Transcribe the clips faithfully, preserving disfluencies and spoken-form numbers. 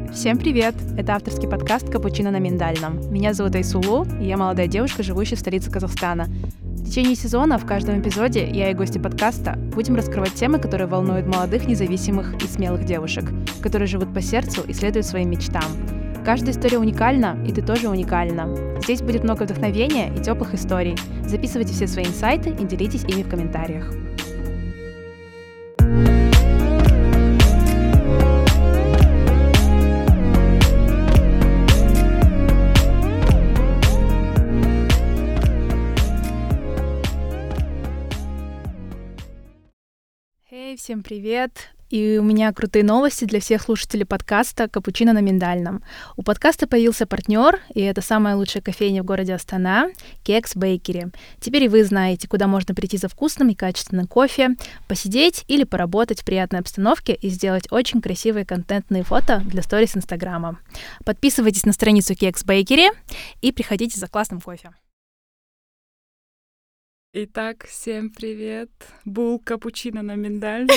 Всем привет! Это авторский подкаст «Капучино на миндальном». Меня зовут Айсулу, и я молодая девушка, живущая в столице Казахстана. В течение сезона в каждом эпизоде я и гости подкаста будем раскрывать темы, которые волнуют молодых, независимых и смелых девушек, которые живут по сердцу и следуют своим мечтам. Каждая история уникальна, и ты тоже уникальна. Здесь будет много вдохновения и теплых историй. Записывайте все свои инсайты и делитесь ими в комментариях. Эй, всем привет! И у меня крутые новости для всех слушателей подкаста «Капучино на миндальном». У подкаста появился партнер, и это самая лучшая кофейня в городе Астана — Keks Bakery. Теперь и вы знаете, куда можно прийти за вкусным и качественным кофе, посидеть или поработать в приятной обстановке и сделать очень красивые контентные фото для сторис Инстаграма. Подписывайтесь на страницу Keks Bakery и приходите за классным кофе. Итак, всем привет. Бул капучино на миндальном.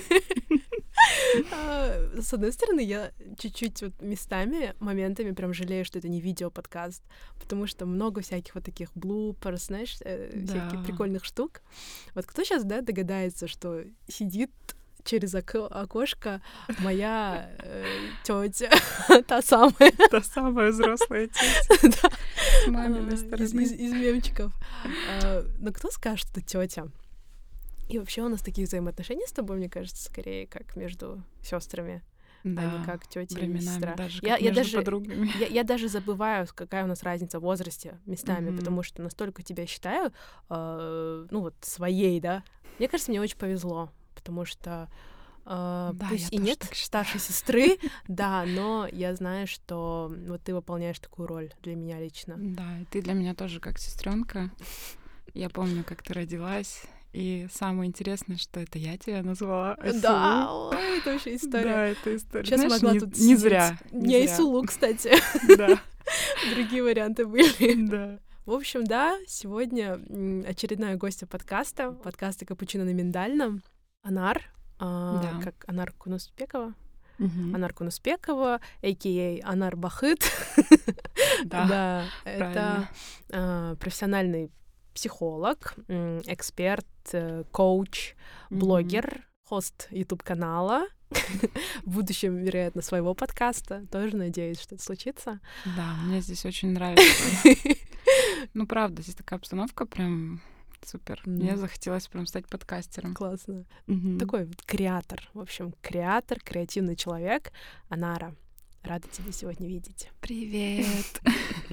С одной стороны, я чуть-чуть вот местами, моментами прям жалею, что это не видео-подкаст, потому что много всяких вот таких блуперс, знаешь, всяких прикольных штук. Вот кто сейчас, да, догадается, что сидит через око- окошко моя э, тетя, та самая. Та самая взрослая тетя. С маминой стороны. Из мемчиков. Но кто скажет, что тетя? И вообще у нас такие взаимоотношения с тобой, мне кажется, скорее как между сестрами, да, а не как тетя и сестра. Даже я, как я между даже, подругами. Я, я даже забываю, какая у нас разница в возрасте местами, mm-hmm. потому что настолько тебя считаю, э, ну вот, своей, да. Мне кажется, мне очень повезло, потому что э, да, пусть и нет старшей сестры, да, но я знаю, что вот ты выполняешь такую роль для меня лично. Да, и ты для меня тоже как сестренка. Я помню, как ты родилась. И самое интересное, что это я тебя назвала Айсулу. Да, ой, это вообще история. Да, это история. Сейчас Знаешь, могла не, тут не зря. Не, не Айсулу, кстати. Да. Другие варианты были. Да. В общем, да, сегодня очередная гостья подкаста, подкаста «Капучино на миндальном», Анар, да. как Анар Кунуспекова. Угу. Анар Кунуспекова, а.к.а. Анар Бахыт. Да, да, это э, профессиональный психолог, эксперт, коуч, блогер, mm-hmm. хост YouTube-канала, в будущем, вероятно, своего подкаста. Тоже надеюсь, что это случится. Да, мне здесь очень нравится. Ну, правда, здесь такая обстановка прям супер. Мне захотелось прям стать подкастером. Классно. Такой креатор, в общем, креатор, креативный человек. Анара, рада тебя сегодня видеть. Привет!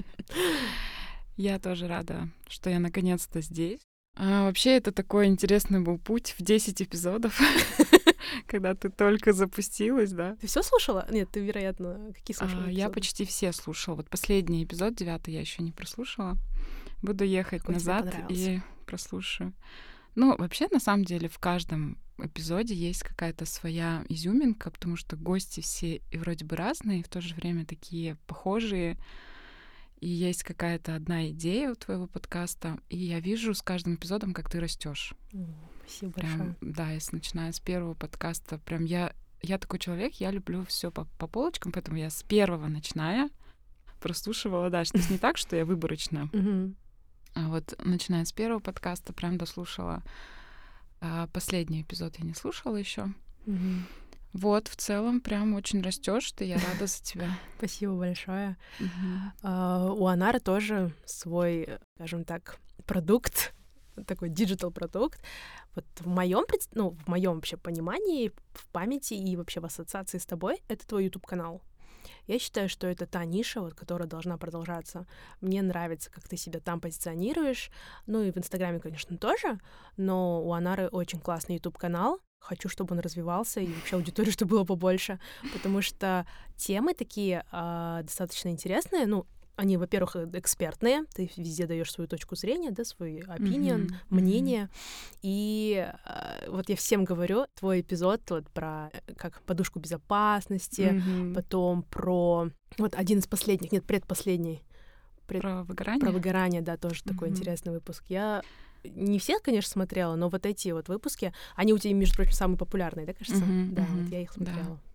Я тоже рада, что я наконец-то здесь. А, вообще, это такой интересный был путь в десять эпизодов, когда ты только запустилась, да? Ты все слушала? Нет, ты, вероятно, какие слушала? А, я почти все слушала. Вот последний эпизод, девятый, я еще не прослушала. Буду ехать Какой назад и прослушаю. Ну, вообще, на самом деле, в каждом эпизоде есть какая-то своя изюминка, потому что гости все и вроде бы разные, и в то же время такие похожие. И есть какая-то одна идея у твоего подкаста, и я вижу с каждым эпизодом, как ты растешь. Спасибо прям, большое. Да, если начиная с первого подкаста, прям я, я такой человек, я люблю все по, по полочкам, поэтому я с первого начиная прослушивала дальше. То есть не так, что я выборочно, а вот начиная с первого подкаста прям дослушала. А последний эпизод я не слушала еще. Вот, в целом, прям очень растешь ты, я рада за тебя. Спасибо большое. Uh-huh. Uh, у Анары тоже свой, скажем так, продукт, такой диджитал-продукт. Вот в моем, ну, в моем вообще понимании, в памяти и вообще в ассоциации с тобой, это твой YouTube-канал. Я считаю, что это та ниша, вот, которая должна продолжаться. Мне нравится, как ты себя там позиционируешь. Ну и в Инстаграме, конечно, тоже. Но у Анары очень классный YouTube-канал. Хочу, чтобы он развивался, и вообще аудиторию, чтобы было побольше, потому что темы такие э, достаточно интересные. Ну, они, во-первых, экспертные, ты везде даешь свою точку зрения, да, свой opinion, mm-hmm. мнение. И э, вот я всем говорю, твой эпизод вот про как подушку безопасности, mm-hmm. потом про вот один из последних, нет, предпоследний. Пред... Про выгорание? Про выгорание, да, тоже mm-hmm. такой интересный выпуск. Я не всех, конечно, смотрела, но вот эти вот выпуски, они у тебя, между прочим, самые популярные, да, кажется? Uh-huh, да, uh-huh, вот я их смотрела.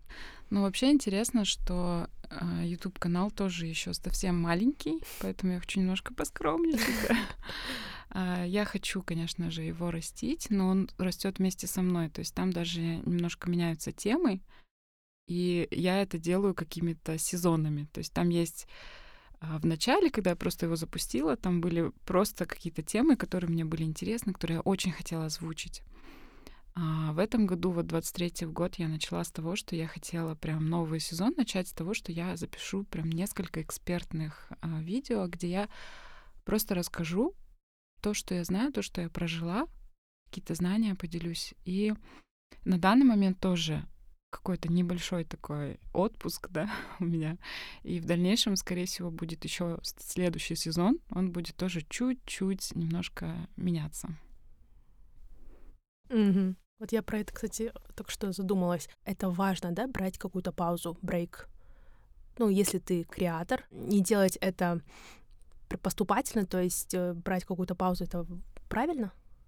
Ну, вообще интересно, что э, YouTube-канал тоже еще совсем маленький, поэтому я хочу немножко поскромничать. Да. Я хочу, конечно же, его растить, но он растет вместе со мной. То есть там даже немножко меняются темы, и я это делаю какими-то сезонами. То есть там есть в начале, когда я просто его запустила, там были просто какие-то темы, которые мне были интересны, которые я очень хотела озвучить. А в этом году, вот двадцать третий год, я начала с того, что я хотела прям новый сезон начать с того, что я запишу прям несколько экспертных а, видео, где я просто расскажу то, что я знаю, то, что я прожила, какие-то знания поделюсь. И на данный момент тоже какой-то небольшой такой отпуск, да, у меня. И в дальнейшем, скорее всего, будет еще следующий сезон. Он будет тоже чуть-чуть немножко меняться. Mm-hmm. Вот я про это, кстати, только что задумалась. Это важно, да, брать какую-то паузу, брейк. Ну, если ты креатор, не делать это поступательно, то есть брать какую-то паузу, это правильно?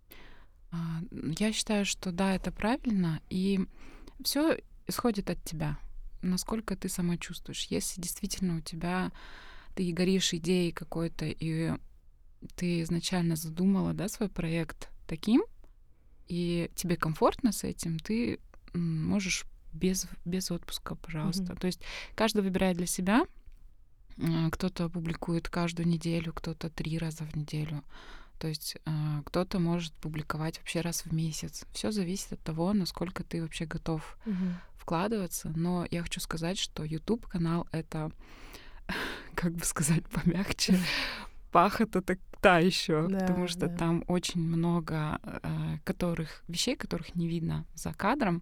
Я считаю, что да, это правильно, и все исходит от тебя, насколько ты сама чувствуешь. Если действительно у тебя ты горишь идеей какой-то, и ты изначально задумала, да, свой проект таким, и тебе комфортно с этим, ты можешь без, без отпуска, пожалуйста. Mm-hmm. То есть каждый выбирает для себя. Кто-то публикует каждую неделю, кто-то три раза в неделю. То есть э, кто-то может публиковать вообще раз в месяц. Все зависит от того, насколько ты вообще готов mm-hmm. вкладываться. Но я хочу сказать, что YouTube-канал — это, как бы сказать помягче, пахота так та еще, да, потому что да. там очень много э, которых вещей, которых не видно за кадром.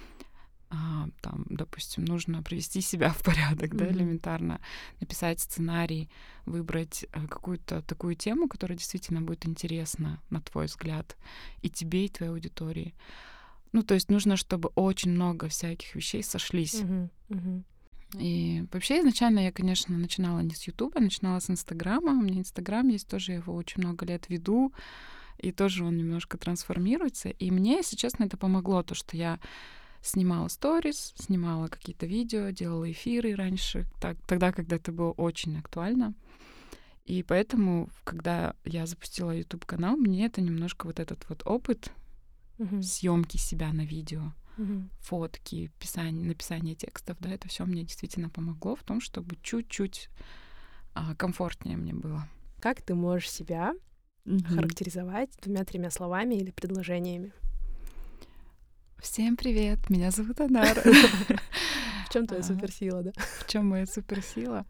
А, там, допустим, нужно привести себя в порядок, mm-hmm. да, элементарно, написать сценарий, выбрать э, какую-то такую тему, которая действительно будет интересна, на твой взгляд, и тебе, и твоей аудитории. Ну, то есть нужно, чтобы очень много всяких вещей сошлись. Mm-hmm. Mm-hmm. И вообще изначально я, конечно, начинала не с Ютуба, начинала с Инстаграма. У меня Инстаграм есть, тоже я его очень много лет веду, и тоже он немножко трансформируется. И мне, если честно, это помогло, то, что я снимала сторис, снимала какие-то видео, делала эфиры раньше, так, тогда, когда это было очень актуально. И поэтому, когда я запустила YouTube-канал, мне это немножко вот этот вот опыт mm-hmm. съемки себя на видео, mm-hmm. фотки, писание, написание текстов, да, это все мне действительно помогло в том, чтобы чуть-чуть а, комфортнее мне было. Как ты можешь себя mm-hmm. характеризовать двумя-тремя словами или предложениями? Всем привет, меня зовут Анара. В чем твоя суперсила, да? В чем моя суперсила?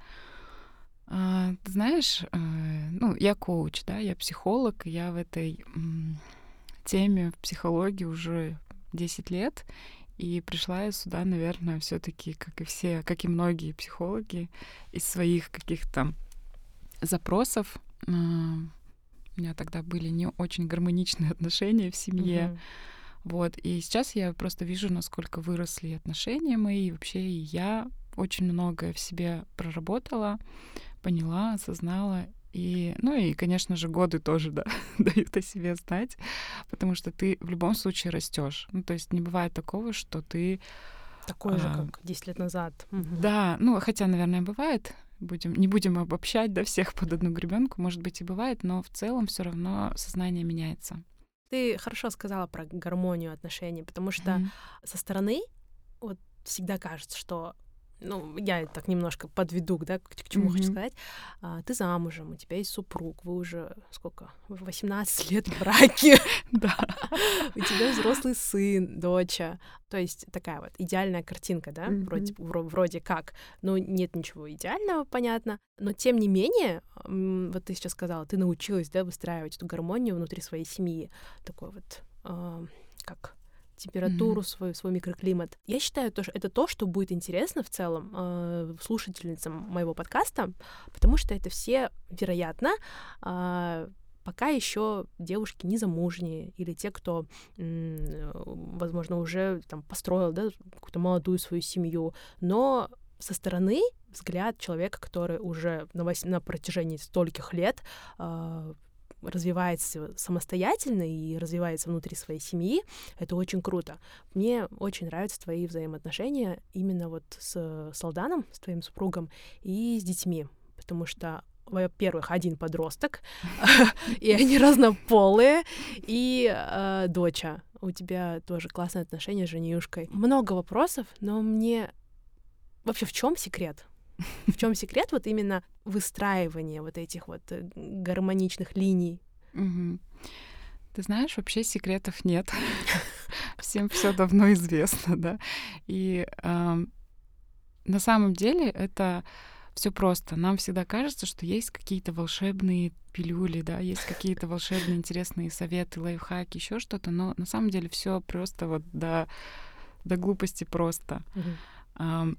Ты знаешь, ну, я коуч, да, я психолог, я в этой теме, в психологии уже десять лет, и пришла я сюда, наверное, все-таки, как и все, как и многие психологи, из своих каких-то запросов. У меня тогда были не очень гармоничные отношения в семье. Вот, и сейчас я просто вижу, насколько выросли отношения мои, и вообще и я очень многое в себе проработала, поняла, осознала. И, ну и, конечно же, годы тоже, да, дают о себе знать, потому что ты в любом случае растешь. Ну, то есть не бывает такого, что ты... Такой а, же, как десять лет назад. Да, ну, хотя, наверное, бывает. Будем, не будем обобщать, да, всех под одну гребенку, может быть, и бывает, но в целом все равно сознание меняется. Ты хорошо сказала про гармонию отношений, потому что mm-hmm. со стороны вот всегда кажется, что, ну, я так немножко подведу, да, к, к чему mm-hmm. хочу сказать. А, ты замужем, у тебя есть супруг, вы уже сколько? восемнадцать лет в браке. Да. У тебя взрослый сын, доча. То есть такая вот идеальная картинка, да, вроде, вроде как. Ну, нет ничего идеального, понятно. Но тем не менее, вот ты сейчас сказала, ты научилась, да, выстраивать эту гармонию внутри своей семьи. Такой вот, э, как температуру, mm-hmm. свой, свой микроклимат. Я считаю, что это то, что будет интересно в целом э, слушательницам моего подкаста, потому что это все, вероятно, э, пока еще девушки незамужние или те, кто, м- возможно, уже там построил, да, какую-то молодую свою семью, но со стороны взгляд человека, который уже на, вось- на протяжении стольких лет э, развивается самостоятельно и развивается внутри своей семьи, это очень круто. Мне очень нравятся твои взаимоотношения именно вот с Салданом, с твоим супругом, и с детьми, потому что, во-первых, один подросток, и они разнополые, и э, доча. У тебя тоже классные отношения с женюшкой. Много вопросов, но мне... Вообще, в чем секрет? В чем секрет вот именно выстраивания вот этих вот гармоничных линий? Угу. Ты знаешь, вообще секретов нет. Всем все давно известно, да. И э, на самом деле это все просто. Нам всегда кажется, что есть какие-то волшебные пилюли, да, есть какие-то волшебные интересные советы, лайфхаки, еще что-то, но на самом деле все просто вот до, до глупости просто. Mm-hmm.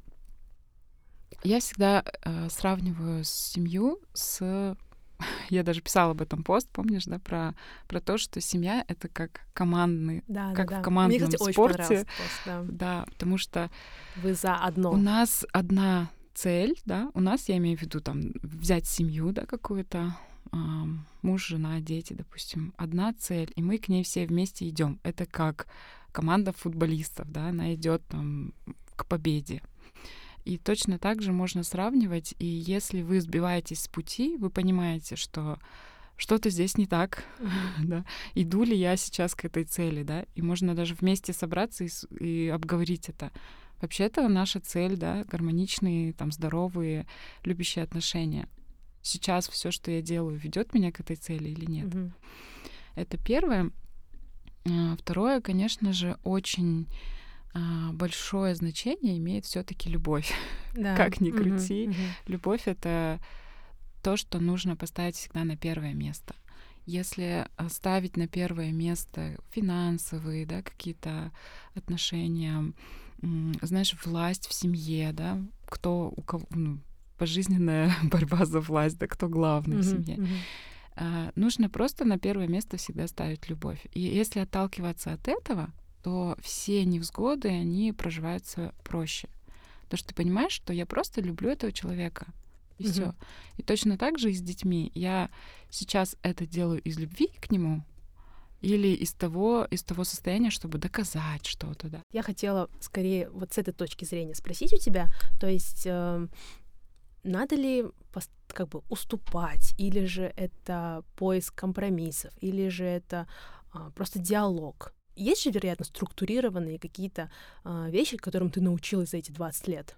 Я всегда э, сравниваю семью с... Я даже писала об этом пост, помнишь, да, про, про то, что семья — это как командный, да, как да, в да. командном Мне, кстати, спорте. Очень пост, да. Да, потому что... Вы за одно. У нас одна цель, да, у нас, я имею в виду, там, взять семью, да, какую-то, э, муж, жена, дети, допустим, одна цель, и мы к ней все вместе идем. Это как команда футболистов, да, она идет там к победе. И точно так же можно сравнивать, и если вы сбиваетесь с пути, вы понимаете, что что-то здесь не так, mm-hmm. да, иду ли я сейчас к этой цели, да, и можно даже вместе собраться и, и обговорить это. Вообще-то наша цель, да, гармоничные, там, здоровые, любящие отношения. Сейчас все, что я делаю, ведет меня к этой цели или нет? Mm-hmm. Это первое. Второе, конечно же, очень большое значение имеет все-таки любовь. Да. Как ни крути, mm-hmm. любовь — это то, что нужно поставить всегда на первое место. Если ставить на первое место финансовые, да, какие-то отношения, знаешь, власть в семье, да, кто у кого, ну, пожизненная борьба за власть, да, кто главный mm-hmm. в семье. Mm-hmm. Нужно просто на первое место всегда ставить любовь. И если отталкиваться от этого, то все невзгоды, они проживаются проще. Потому что ты понимаешь, что я просто люблю этого человека. И mm-hmm. все. И точно так же и с детьми. Я сейчас это делаю из любви к нему или из того, из того состояния, чтобы доказать что-то, да. Я хотела скорее вот с этой точки зрения спросить у тебя, то есть э, надо ли как бы уступать, или же это поиск компромиссов, или же это э, просто диалог? Есть же, вероятно, структурированные какие-то э, вещи, которым ты научилась за эти двадцать лет?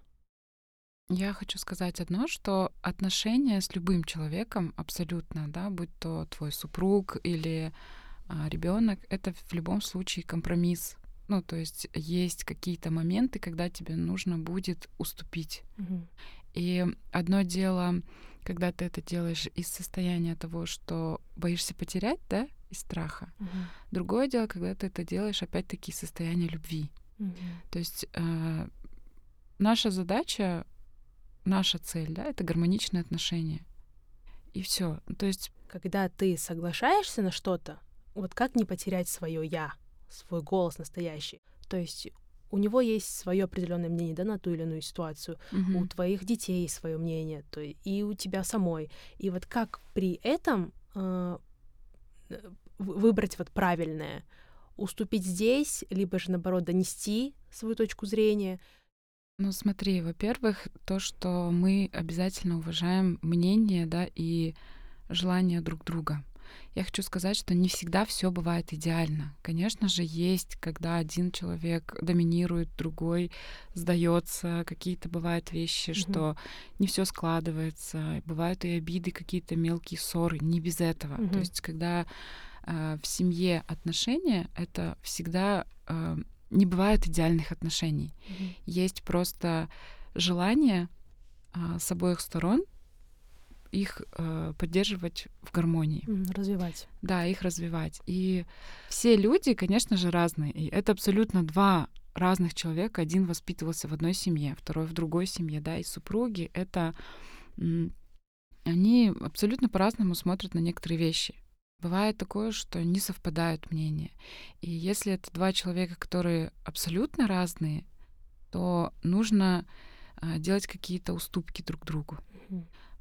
Я хочу сказать одно, что отношения с любым человеком абсолютно, да, будь то твой супруг или а, ребенок, это в любом случае компромисс. Ну, то есть есть какие-то моменты, когда тебе нужно будет уступить. Mm-hmm. И одно дело, когда ты это делаешь из состояния того, что боишься потерять, да, из страха. Mm-hmm. Другое дело, когда ты это делаешь, опять-таки, из состояния любви. Mm-hmm. То есть э, наша задача, наша цель, да, это гармоничные отношения. И все. То есть, когда ты соглашаешься на что-то, вот как не потерять свое я, свой голос настоящий? То есть у него есть свое определенное мнение, да, на ту или иную ситуацию. Mm-hmm. У твоих детей есть свое мнение, то и у тебя самой. И вот как при этом э, выбрать вот правильное, уступить здесь, либо же наоборот донести свою точку зрения? Ну, смотри, во-первых, то, что мы обязательно уважаем мнение, да, и желания друг друга. Я хочу сказать, что не всегда все бывает идеально. Конечно же, есть, когда один человек доминирует, другой сдается, какие-то бывают вещи, mm-hmm. что не все складывается, бывают и обиды, какие-то мелкие ссоры, не без этого. Mm-hmm. То есть, когда э, в семье отношения, это всегда э, не бывает идеальных отношений. Mm-hmm. Есть просто желание э, с обоих сторон их э, поддерживать в гармонии. Mm, развивать. Да, их развивать. И все люди, конечно же, разные. И это абсолютно два разных человека. Один воспитывался в одной семье, второй в другой семье, да, и супруги. Это... М- они абсолютно по-разному смотрят на некоторые вещи. Бывает такое, что не совпадают мнения. И если это два человека, которые абсолютно разные, то нужно э, делать какие-то уступки друг другу. Mm-hmm.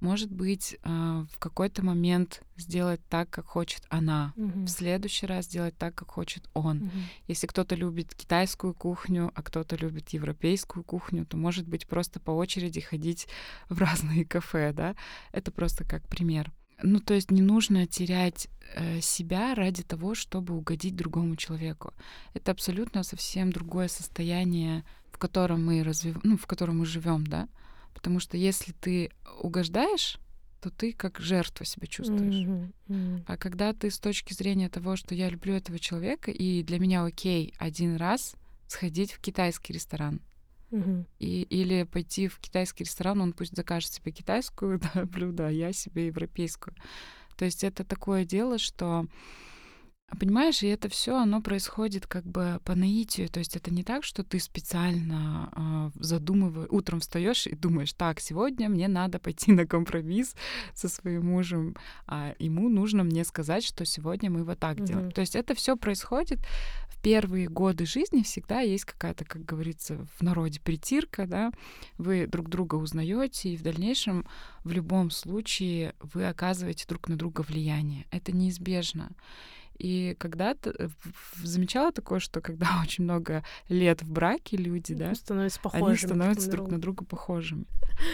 Может быть, в какой-то момент сделать так, как хочет она. Мгм. В следующий раз сделать так, как хочет он. Мгм. Если кто-то любит китайскую кухню, а кто-то любит европейскую кухню, то, может быть, просто по очереди ходить в разные кафе, да? Это просто как пример. Ну, то есть не нужно терять э, себя ради того, чтобы угодить другому человеку. Это абсолютно совсем другое состояние, в котором мы развив... ну, в котором мы живем, да? Потому что если ты угождаешь, то ты как жертва себя чувствуешь. Мгм. Мгм. А когда ты с точки зрения того, что я люблю этого человека, и для меня окей один раз сходить в китайский ресторан, Мгм. и, или пойти в китайский ресторан, он пусть закажет себе китайскую да, блюдо, а я себе европейскую. То есть это такое дело, что, понимаешь, и это все, оно происходит как бы по наитию. То есть это не так, что ты специально э, задумываешь, утром встаешь и думаешь, так, сегодня мне надо пойти на компромисс со своим мужем, а ему нужно мне сказать, что сегодня мы вот так Мгм. делаем. То есть это все происходит в первые годы жизни, всегда есть какая-то, как говорится в народе, притирка, да, вы друг друга узнаете, и в дальнейшем в любом случае вы оказываете друг на друга влияние. Это неизбежно. И когда-то замечала такое, что когда очень много лет в браке люди, да, Становятся похожими. они становятся друг друг на друга похожими.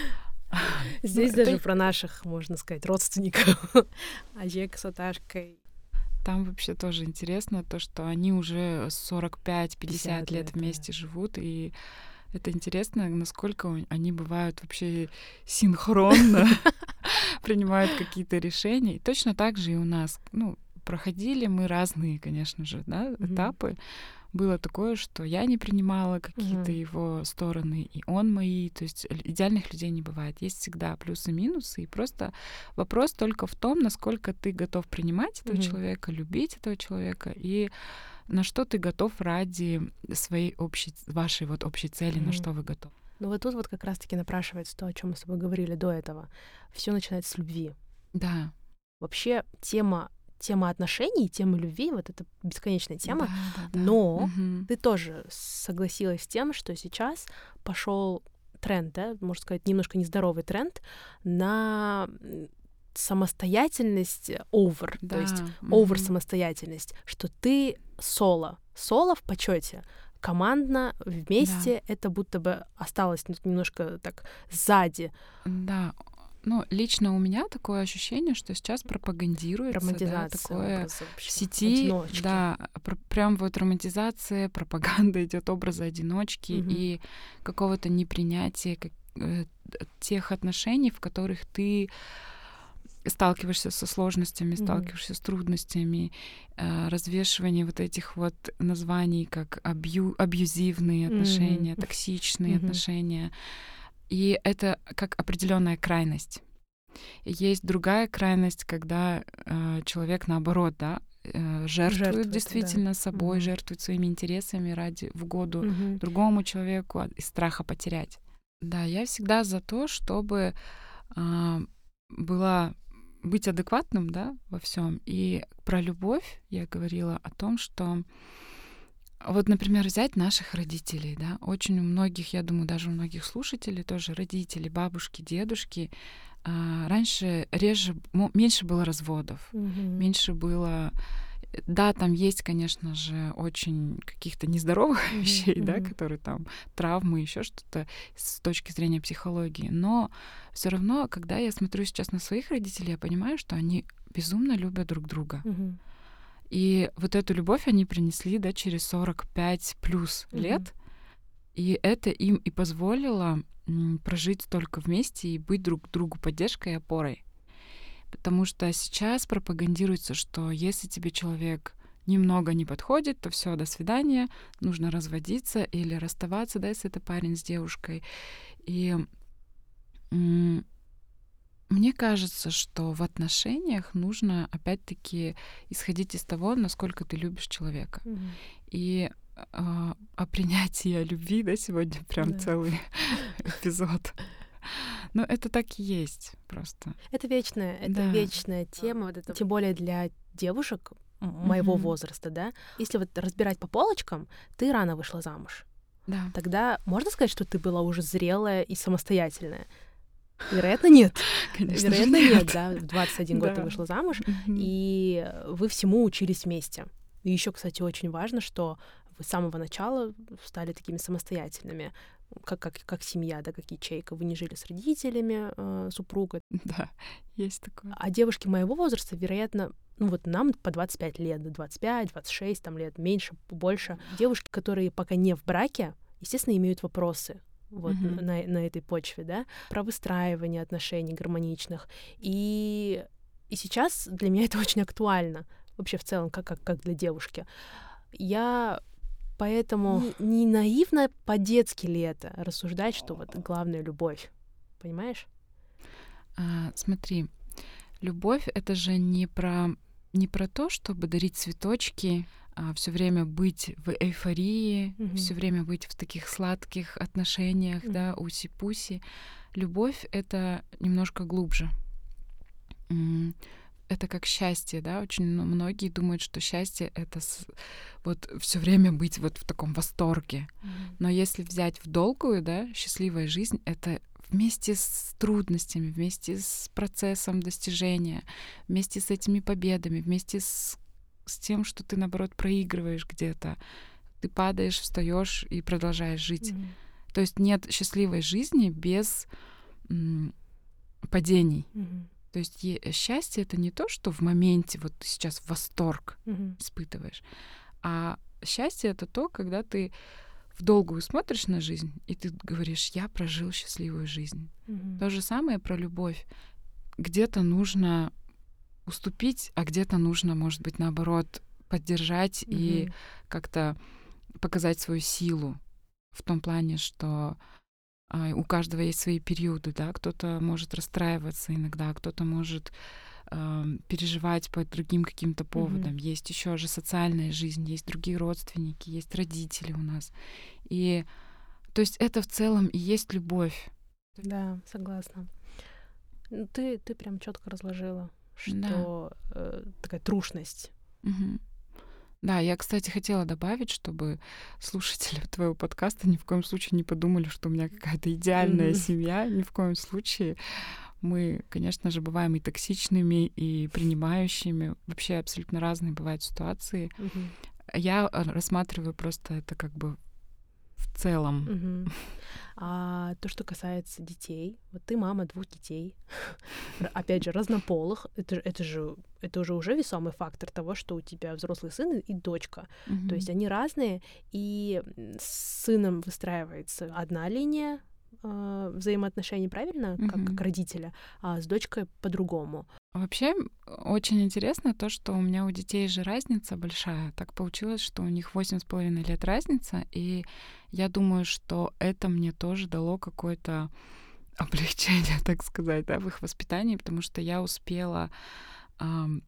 Здесь Ну, даже это- про наших, можно сказать, родственников. Ажек с Аташкой. Там вообще тоже интересно то, что они уже сорок пять пятьдесят пятьдесят лет лет, да. вместе живут, и это интересно, насколько у- они бывают вообще синхронно, принимают какие-то решения. И точно так же и у нас. Ну, проходили мы разные, конечно же, да, Мгм. этапы. Было такое, что я не принимала какие-то Мгм. его стороны, и он мои. То есть л- идеальных людей не бывает. Есть всегда плюсы и минусы. И просто вопрос только в том, насколько ты готов принимать этого Мгм. человека, любить этого человека, и на что ты готов ради своей общей, вашей вот общей цели, на Мгм. что вы готовы. Ну вот тут вот как раз-таки напрашивается то, о чем мы с тобой говорили до этого. Все начинается с любви. Да. Вообще тема, тема отношений, тема любви, вот это бесконечная тема. Да, да, да. Но Мгм. ты тоже согласилась с тем, что сейчас пошел тренд, да, можно сказать, немножко нездоровый тренд на м, самостоятельность over, Да. то есть Мгм. over самостоятельность, что ты соло, соло в почете, командно вместе это будто бы осталось ну, немножко так сзади. Да. Ну, лично у меня такое ощущение, что сейчас пропагандируется, да, Романтизация такое образа вообще, в сети, одиночки. да, пр- прям вот романтизация, пропаганда идет образа одиночки Мгм. и какого-то непринятия как- э, тех отношений, в которых ты сталкиваешься со сложностями, Мгм. сталкиваешься с трудностями, э, развешивание вот этих вот названий, как абью, абьюзивные Мгм. отношения, токсичные Мгм. отношения. И это как определенная крайность. И есть другая крайность, когда э, человек наоборот, да, э, жертвует, Жертвует, действительно собой, Мгм. жертвует своими интересами ради в угоду Мгм. другому человеку от- из страха потерять. Да, я всегда за то, чтобы а, была быть адекватным, да, во всем. И про любовь я говорила о том, что вот, например, взять наших родителей, да, очень у многих, я думаю, даже у многих слушателей тоже родители, бабушки, дедушки, а, раньше реже, мо- меньше было разводов, Мгм. меньше было, да, там есть, конечно же, очень каких-то нездоровых Мгм, вещей, да, мгм. которые там травмы, еще что-то с точки зрения психологии, но все равно, когда я смотрю сейчас на своих родителей, я понимаю, что они безумно любят друг друга. Мгм. И вот эту любовь они принесли, да, через сорок пять плюс Мгм. лет. И это им и позволило м, прожить столько вместе и быть друг другу поддержкой и опорой. Потому что сейчас пропагандируется, что если тебе человек немного не подходит, то все, до свидания, нужно разводиться или расставаться, да, если это парень с девушкой. И м, мне кажется, что в отношениях нужно опять-таки исходить из того, насколько ты любишь человека. Мгм. И а, о принятии о любви, да, сегодня прям Да. целый эпизод. Но это так и есть просто. Это вечная, это Да. вечная тема, вот это, тем более для девушек м- моего Мгм. возраста, да. Если вот разбирать по полочкам, ты рано вышла замуж. Да. Тогда можно сказать, что ты была уже зрелая и самостоятельная? Вероятно, нет. Конечно Вероятно, же нет, нет. да. В двадцать один год Да. ты вышла замуж, Мгм. и вы всему учились вместе. И еще, кстати, очень важно, что вы с самого начала стали такими самостоятельными, как, как, как семья, да, как ячейка. Вы не жили с родителями э, супруга. Да, есть такое. А девушки моего возраста, вероятно, ну вот нам по двадцать пять лет, да, двадцать пять, двадцать шесть там лет, меньше, больше. Девушки, которые пока не в браке, естественно, имеют вопросы вот Мгм. на, на этой почве, да, про выстраивание отношений гармоничных. И, и сейчас для меня это очень актуально, вообще в целом, как, как, как для девушки. Я поэтому не, не наивно по-детски ли это рассуждать, что вот главная любовь, понимаешь? А, смотри, любовь — это же не про, не про то, чтобы дарить цветочки, а все время быть в эйфории, Мгм. все время быть в таких сладких отношениях, да, Мгм. уси-пуси. Любовь — это немножко глубже. М, Это как счастье, да. Очень мно- многие думают, что счастье — это с- вот все время быть вот в таком восторге. Мгм. Но если взять в долгую, да, счастливая жизнь — это вместе с трудностями, вместе с процессом достижения, вместе с этими победами, вместе с, с тем, что ты, наоборот, проигрываешь где-то. Ты падаешь, встаешь и продолжаешь жить. Мгм. То есть нет счастливой жизни без м, падений. Мгм. То есть е- счастье — это не то, что в моменте вот ты сейчас восторг Мгм. испытываешь, а счастье — это то, когда ты в долгую смотришь на жизнь, и ты говоришь: я прожил счастливую жизнь. Мгм. То же самое про любовь. Где-то нужно уступить, а где-то нужно, может быть, наоборот, поддержать и Мгм. как-то показать свою силу в том плане, что а, у каждого есть свои периоды, да, кто-то может расстраиваться иногда, кто-то может ам, переживать по другим каким-то поводам. Мгм. Есть еще же социальная жизнь, есть другие родственники, есть родители у нас. И то есть это в целом и есть любовь. Да, согласна. Ну, Ты, ты прям четко разложила, Да. что э, такая трушность. Мгм. Да, я, кстати, хотела добавить, чтобы слушатели твоего подкаста ни в коем случае не подумали, что у меня какая-то идеальная Мгм. семья. Ни в коем случае. Мы, конечно же, бываем и токсичными, и принимающими. Вообще абсолютно разные бывают ситуации. Мгм. Я э, рассматриваю просто это как бы в целом. Мгм. А то, что касается детей, вот ты мама двух детей, р- опять же, разнополых, это, ж- это же это уже уже весомый фактор того, что у тебя взрослый сын и и дочка. То Мгм. есть они разные, и м, с сыном выстраивается одна линия э, взаимоотношений, правильно, как, как Мгм. родителя, а с дочкой по-другому. Вообще очень интересно то, что у меня у детей же разница большая. Так получилось, что у них восемь с половиной лет разница, и я думаю, что это мне тоже дало какое-то облегчение, так сказать, да, в их воспитании, потому что я успела, ам,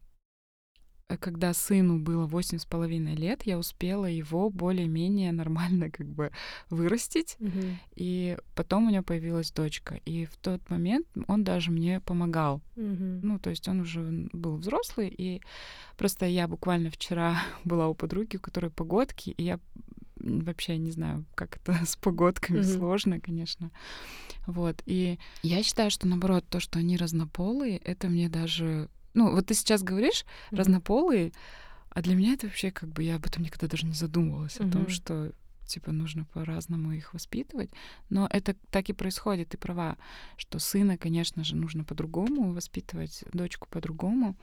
э, когда сыну было восемь с половиной лет, я успела его более-менее нормально как бы вырастить, Мгм. и потом у меня появилась дочка, и в тот момент он даже мне помогал. Мгм. Ну, то есть он уже был взрослый, и просто я буквально вчера была у подруги, у которой погодки, и я м, вообще не знаю, как это с погодками, Мгм. сложно, конечно. Вот, и я считаю, что, наоборот, то, что они разнополые, это мне даже... Ну, вот ты сейчас говоришь Мгм. разнополые, а для меня это вообще как бы я об этом никогда даже не задумывалась, о том, Мгм. что типа нужно по-разному их воспитывать. Но это так и происходит, ты права, что сына, конечно же, нужно по-другому воспитывать, дочку по-другому.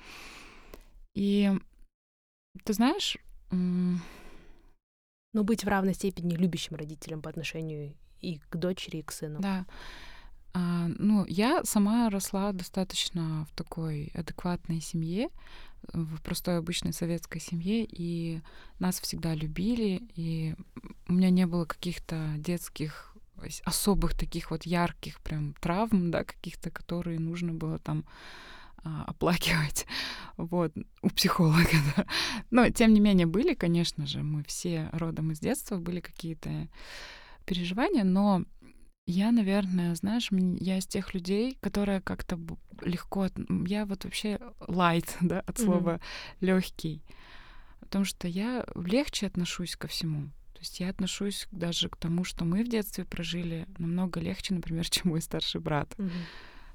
И ты знаешь, м, Но быть в равной степени любящим родителем по отношению и к дочери, и к сыну. да, а, ну, я сама росла достаточно в такой адекватной семье, в простой обычной советской семье, и нас всегда любили, и у меня не было каких-то детских ос- особых таких вот ярких прям травм, да, каких-то, которые нужно было там а, оплакивать, вот, у психолога, да. Но, тем не менее, были, конечно же, мы все родом из детства, были какие-то переживания, но я, наверное, знаешь, м, я из тех людей, которые как-то б- легко... от- м, Я вот вообще light, да, от Мгм. слова легкий, потому что я легче отношусь ко всему. То есть я отношусь даже к тому, что мы в детстве прожили, намного легче, например, чем мой старший брат. Мгм.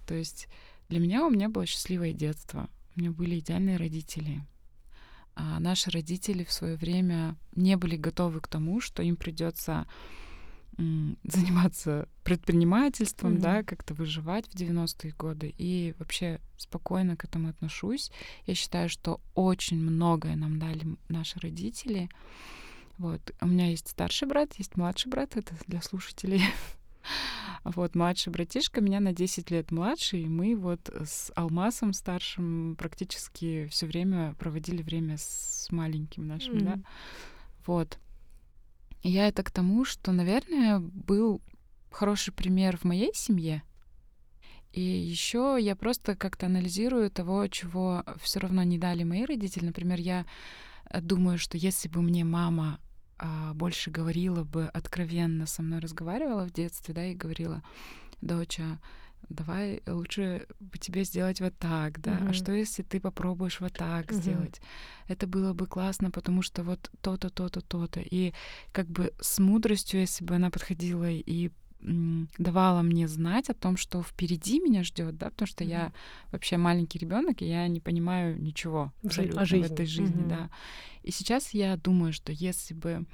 То есть для меня у меня было счастливое детство. У меня были идеальные родители. А наши родители в свое время не были готовы к тому, что им придется м, заниматься предпринимательством, mm-hmm. да, как-то выживать в девяностые годы. И вообще спокойно к этому отношусь. Я считаю, что очень многое нам дали наши родители. Вот. У меня есть старший брат, есть младший брат, это для слушателей. Вот, младший братишка меня на десять лет младше, и мы вот с Алмасом старшим практически все время проводили время с маленьким нашим, mm-hmm. да. Вот. И я это к тому, что, наверное, был хороший пример в моей семье. И еще я просто как-то анализирую того, чего все равно не дали мои родители. Например, я думаю, что если бы мне мама а, больше говорила бы, откровенно со мной разговаривала в детстве, да, и говорила: доча, давай лучше бы тебе сделать вот так, да, mm-hmm. а что если ты попробуешь вот так mm-hmm. сделать? Это было бы классно, потому что вот то-то, то-то, то-то. И как бы с мудростью, если бы она подходила и м, давала мне знать о том, что впереди меня ждет, да, потому что mm-hmm. я вообще маленький ребенок, и я не понимаю ничего абсолютно в этой жизни, mm-hmm. да. И сейчас я думаю, что если бы...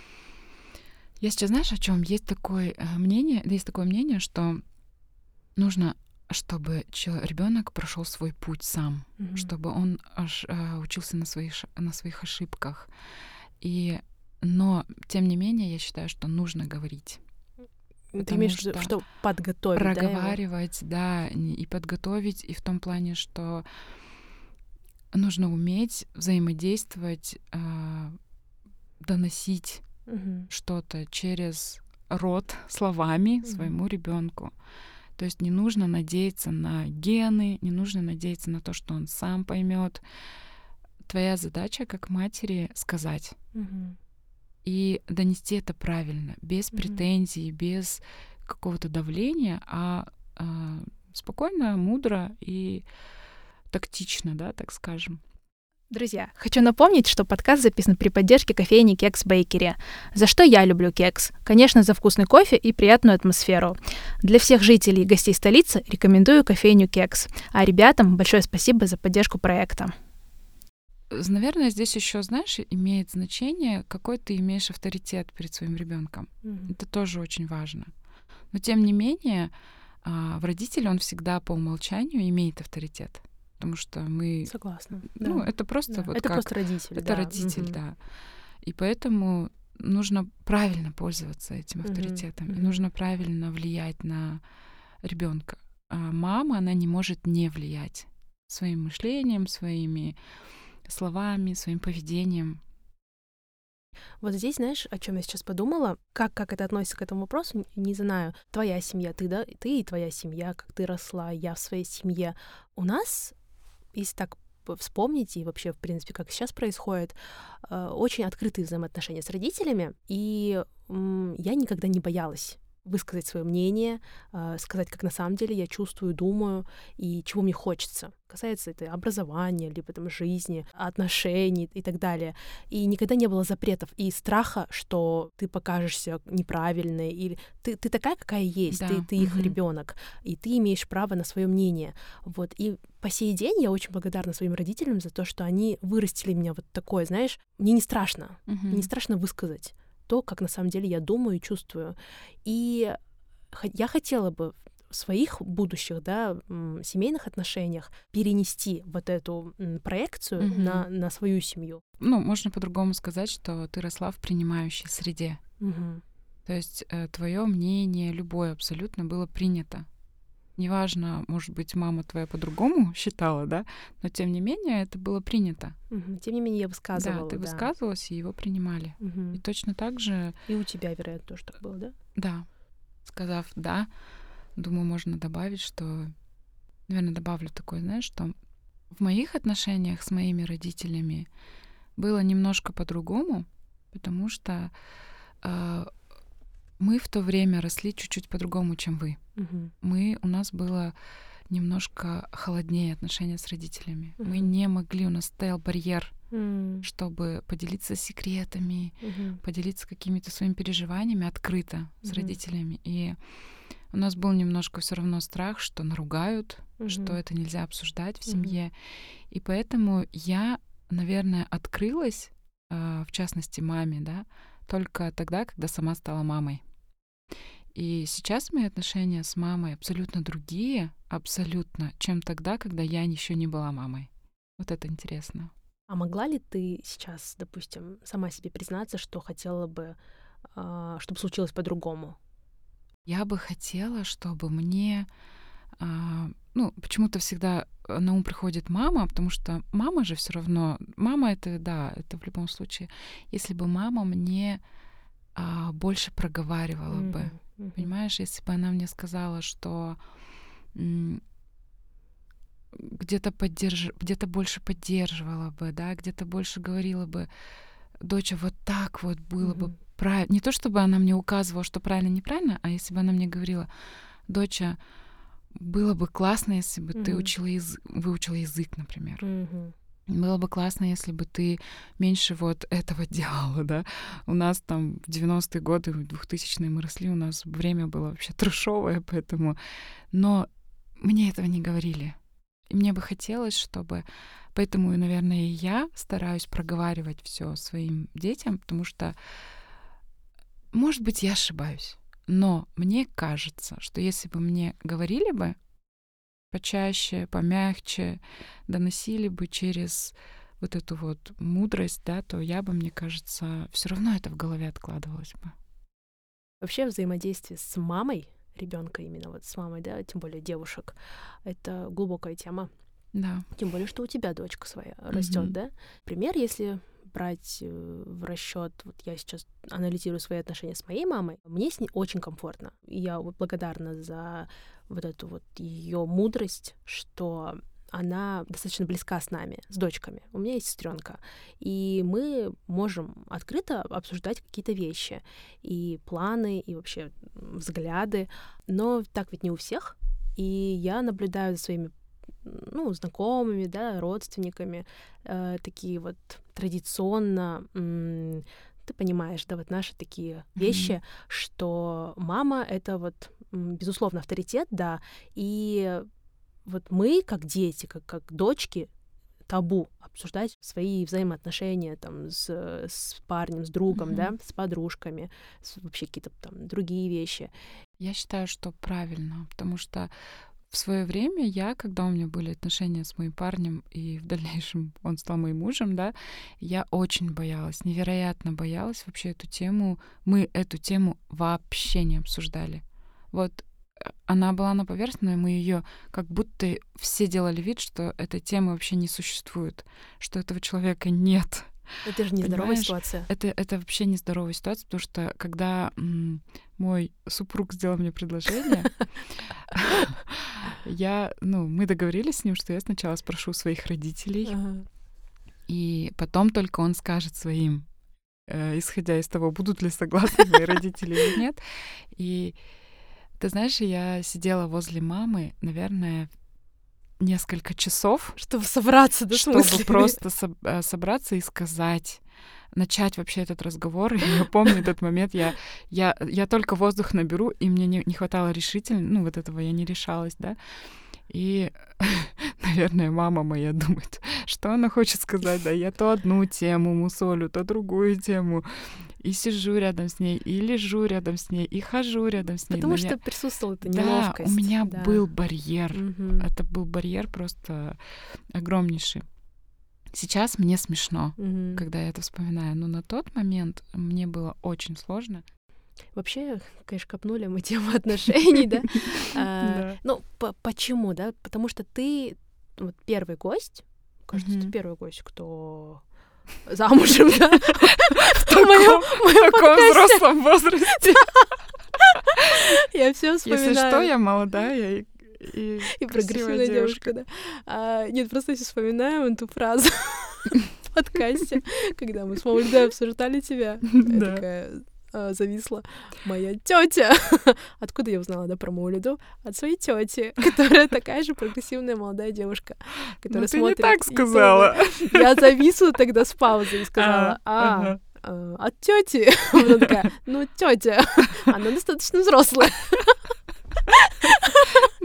Я сейчас, знаешь, о чем? Есть такое мнение, есть такое мнение, что нужно, чтобы ребенок прошел свой путь сам, mm-hmm. чтобы он аж, а, учился на своих, на своих ошибках. И, но, тем не менее, я считаю, что нужно говорить. Ты имеешь в виду, что подготовить, проговаривать, да, да, и подготовить, и в том плане, что нужно уметь взаимодействовать, а, доносить mm-hmm. что-то через рот словами mm-hmm. своему ребенку. То есть не нужно надеяться на гены, не нужно надеяться на то, что он сам поймет. Твоя задача как матери сказать mm-hmm. и донести это правильно, без mm-hmm. претензий, без какого-то давления, а, а спокойно, мудро и тактично, да, так скажем. Друзья, хочу напомнить, что подкаст записан при поддержке кофейни Кекс Бейкери. За что я люблю Кекс? Конечно, за вкусный кофе и приятную атмосферу. Для всех жителей и гостей столицы рекомендую кофейню Кекс. А ребятам большое спасибо за поддержку проекта. Наверное, здесь еще, знаешь, имеет значение, какой ты имеешь авторитет перед своим ребенком. Mm-hmm. Это тоже очень важно. Но тем не менее, в родителе он всегда по умолчанию имеет авторитет. Потому что мы... Согласна. Ну, да. это просто да. вот это как... просто родитель. Это да. родитель, угу. да. И поэтому нужно правильно пользоваться этим авторитетом. Угу. И нужно правильно влиять на ребенка. А мама, она не может не влиять своим мышлением, своими словами, своим поведением. Вот здесь, знаешь, о чем я сейчас подумала, как, как это относится к этому вопросу, не знаю. Твоя семья, ты, да, ты и твоя семья, как ты росла, я в своей семье. У нас, если так вспомнить, и вообще, в принципе, как сейчас происходит, очень открытые взаимоотношения с родителями, и я никогда не боялась высказать свое мнение, сказать, как на самом деле я чувствую, думаю и чего мне хочется. Касается это образования, либо там жизни, отношений и так далее. И никогда не было запретов и страха, что ты покажешься неправильной, или ты, ты такая, какая есть, да. ты, ты их mm-hmm. ребенок, и ты имеешь право на свое мнение. Вот. И по сей день я очень благодарна своим родителям за то, что они вырастили меня вот такое, знаешь, мне не страшно, mm-hmm. мне не страшно высказать то, как на самом деле я думаю и чувствую. И я хотела бы в своих будущих, да, семейных отношениях перенести вот эту проекцию mm-hmm. на, на свою семью. Ну, можно по-другому сказать, что ты росла в принимающей среде. Mm-hmm. То есть э, твое мнение, любое абсолютно, было принято. Неважно, может быть, мама твоя по-другому считала, да, но тем не менее это было принято. Угу. Тем не менее я высказывала. Да, ты да. высказывалась, и его принимали. Угу. И точно так же... И у тебя, вероятно, тоже так было, да? Да. Сказав «да», думаю, можно добавить, что... Наверное, добавлю такое, знаешь, что в моих отношениях с моими родителями было немножко по-другому, потому что... Э, мы в то время росли чуть-чуть по-другому, чем вы. Uh-huh. Мы, у нас было немножко холоднее отношения с родителями. Uh-huh. Мы не могли, у нас стоял барьер, uh-huh. чтобы поделиться секретами, uh-huh. поделиться какими-то своими переживаниями открыто uh-huh. с родителями. И у нас был немножко все равно страх, что наругают, Мгм. что это нельзя обсуждать в Мгм. семье. И поэтому я, наверное, открылась, а, в частности, маме, да, только тогда, когда сама стала мамой. И сейчас мои отношения с мамой абсолютно другие, абсолютно, чем тогда, когда я еще не была мамой. Вот это интересно. А могла ли ты сейчас, допустим, сама себе признаться, что хотела бы, а, чтобы случилось по-другому? Я бы хотела, чтобы мне, а, ну, почему-то всегда э, на ум приходит мама, потому что мама же все равно, мама это, да, это в любом случае, если бы мама мне а, больше проговаривала бы, Мгм, мгм. понимаешь, если бы она мне сказала, что м, где-то поддерж... где-то больше поддерживала бы, да, где-то больше говорила бы, доча, вот так вот было бы Мгм. правильно. Не то чтобы она мне указывала, что правильно, неправильно, а если бы она мне говорила, доча, было бы классно, если бы ты Мгм. учила язык, выучила язык, например. Мгм. Было бы классно, если бы ты меньше вот этого делала, да. У нас там в девяностые годы, в двухтысячные мы росли, у нас время было вообще трешовое, поэтому... Но мне этого не говорили. И мне бы хотелось, чтобы... Поэтому, наверное, и я стараюсь проговаривать все своим детям, потому что, может быть, я ошибаюсь, но мне кажется, что если бы мне говорили бы почаще, помягче, доносили бы через вот эту вот мудрость, да, то я бы, мне кажется, все равно это в голове откладывалось бы. Вообще взаимодействие с мамой ребенка, именно вот с мамой, да, тем более девушек, это глубокая тема. Да. Тем более, что у тебя дочка своя растет, Мгм. да? Пример, если брать э, в расчет, вот я сейчас анализирую свои отношения с моей мамой, мне с ней очень комфортно. И я вот благодарна за вот эту вот ее мудрость, что она достаточно близка с нами, с дочками. У меня есть сестренка, и мы можем открыто обсуждать какие-то вещи, и планы, и вообще м, взгляды, но так ведь не у всех. И я наблюдаю за своими ну, знакомыми, да, родственниками, э, такие вот традиционно, м, ты понимаешь, да, вот наши такие Мгм. вещи, что мама — это вот, м, безусловно, авторитет, да, и вот мы, как дети, как, как дочки, табу обсуждать свои взаимоотношения там с, с парнем, с другом, Мгм. да, с подружками, с- вообще какие-то там другие вещи. Я считаю, что правильно, потому что в свое время я, когда у меня были отношения с моим парнем, и в дальнейшем он стал моим мужем, да, я очень боялась, невероятно боялась вообще эту тему. Мы эту тему вообще не обсуждали. Вот э, она была на поверхности, мы ее как будто все делали вид, что этой темы вообще не существует, что этого человека нет. Это же нездоровая Понимаешь? ситуация. Это, это вообще нездоровая ситуация, потому что когда м, мой супруг сделал мне предложение, я, ну, мы договорились с ним, что я сначала спрошу у своих родителей, Ага. и потом только он скажет своим, э, исходя из того, будут ли согласны мои родители или нет. И ты знаешь, я сидела возле мамы, наверное, несколько часов, Чтобы собраться, да, с чтобы мыслями? просто соб- э, собраться и сказать, начать вообще этот разговор. И я помню этот момент, я, я, я только воздух наберу, и мне не, не хватало решительно, ну, вот этого я не решалась, да. И, наверное, мама моя думает, что она хочет сказать, да, я то одну тему мусолю, то другую тему, и сижу рядом с ней, и лежу рядом с ней, и хожу рядом с ней. Потому но что я- присутствовала эта Да, неловкость. у меня да. был барьер. Мгм. Это был барьер просто огромнейший. Сейчас мне смешно, Мгм. когда я это вспоминаю, но на тот момент мне было очень сложно. Вообще, конечно, копнули мы тему отношений, да? А, Да. Ну, по- почему, да? Потому что ты вот первый гость, кажется, ты Мгм. первый гость, кто замужем, да? В В моем таком подкасте. взрослом возрасте. Я все Если вспоминаю. что, я молодая и, и, И красивая прогрессивная девушка, да. А, нет, просто если вспоминаем эту фразу в подкасте, когда мы с мамой Лидой обсуждали тебя, я Да. такая а, зависла. Моя тетя. Откуда я узнала, да, про Маулиду? От своей тети, которая такая же прогрессивная молодая девушка, которая Ну ты не смотрит так ютубы. сказала. Я зависла тогда с паузой и сказала, А, а, ага. а, от тети. Она такая, ну, тетя, она достаточно взрослая.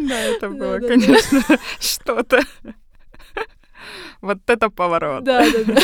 Да, это было, конечно, что-то. Вот это поворот. Да, да, да.